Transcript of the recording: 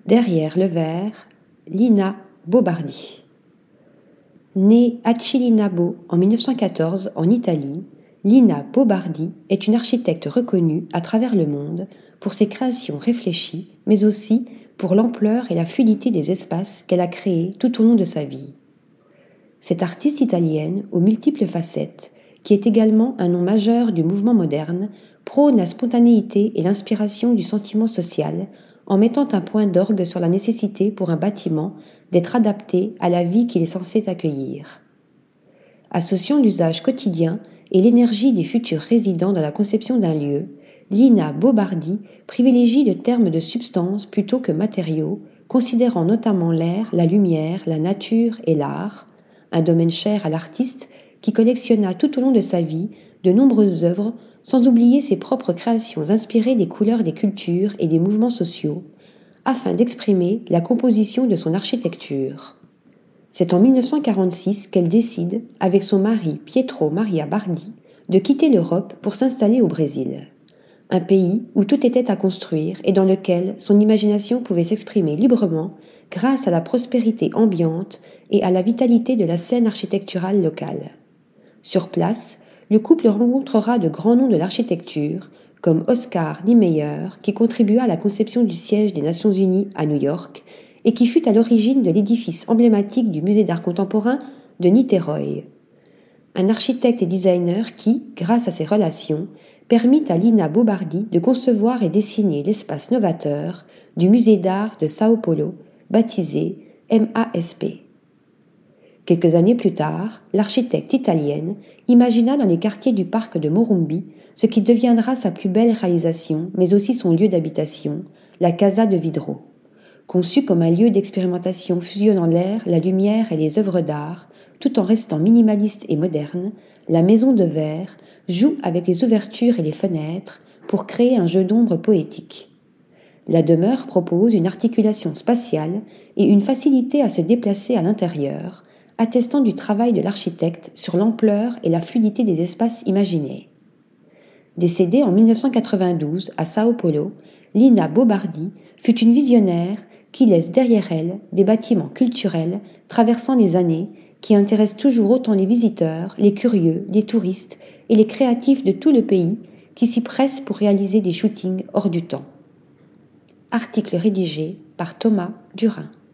Derrière le verre, Lina Bobardi. Née à Cilinabo en 1914 en Italie, Lina Bobardi est une architecte reconnue à travers le monde pour ses créations réfléchies, mais aussi pour l'ampleur et la fluidité des espaces qu'elle a créés tout au long de sa vie. Cette artiste italienne aux multiples facettes, qui est également un nom majeur du mouvement moderne, prône la spontanéité et l'inspiration du sentiment social en mettant un point d'orgue sur la nécessité pour un bâtiment d'être adapté à la vie qu'il est censé accueillir. Associant l'usage quotidien et l'énergie des futurs résidents dans la conception d'un lieu, Lina Bobardi privilégie le terme de substance plutôt que matériaux, considérant notamment l'air, la lumière, la nature et l'art, un domaine cher à l'artiste qui collectionna tout au long de sa vie de nombreuses œuvres, sans oublier ses propres créations inspirées des couleurs des cultures et des mouvements sociaux, afin d'exprimer la composition de son architecture. C'est en 1946 qu'elle décide, avec son mari Pietro Maria Bardi, de quitter l'Europe pour s'installer au Brésil. Un pays où tout était à construire et dans lequel son imagination pouvait s'exprimer librement grâce à la prospérité ambiante et à la vitalité de la scène architecturale locale. Sur place, le couple rencontrera de grands noms de l'architecture, comme Oscar Niemeyer, qui contribua à la conception du siège des Nations Unies à New York et qui fut à l'origine de l'édifice emblématique du Musée d'art contemporain de Niteroi. Un architecte et designer qui, grâce à ses relations, permit à Lina Bobardi de concevoir et dessiner l'espace novateur du Musée d'art de Sao Paulo, baptisé MASP. Quelques années plus tard, l'architecte italienne imagina dans les quartiers du parc de Morumbi ce qui deviendra sa plus belle réalisation, mais aussi son lieu d'habitation, la Casa de Vidro. Conçue comme un lieu d'expérimentation fusionnant l'air, la lumière et les œuvres d'art, tout en restant minimaliste et moderne, la maison de verre joue avec les ouvertures et les fenêtres pour créer un jeu d'ombre poétique. La demeure propose une articulation spatiale et une facilité à se déplacer à l'intérieur, attestant du travail de l'architecte sur l'ampleur et la fluidité des espaces imaginés. Décédée en 1992 à Sao Paulo, Lina Bobardi fut une visionnaire qui laisse derrière elle des bâtiments culturels traversant les années qui intéressent toujours autant les visiteurs, les curieux, les touristes et les créatifs de tout le pays qui s'y pressent pour réaliser des shootings hors du temps. Article rédigé par Thomas Durin.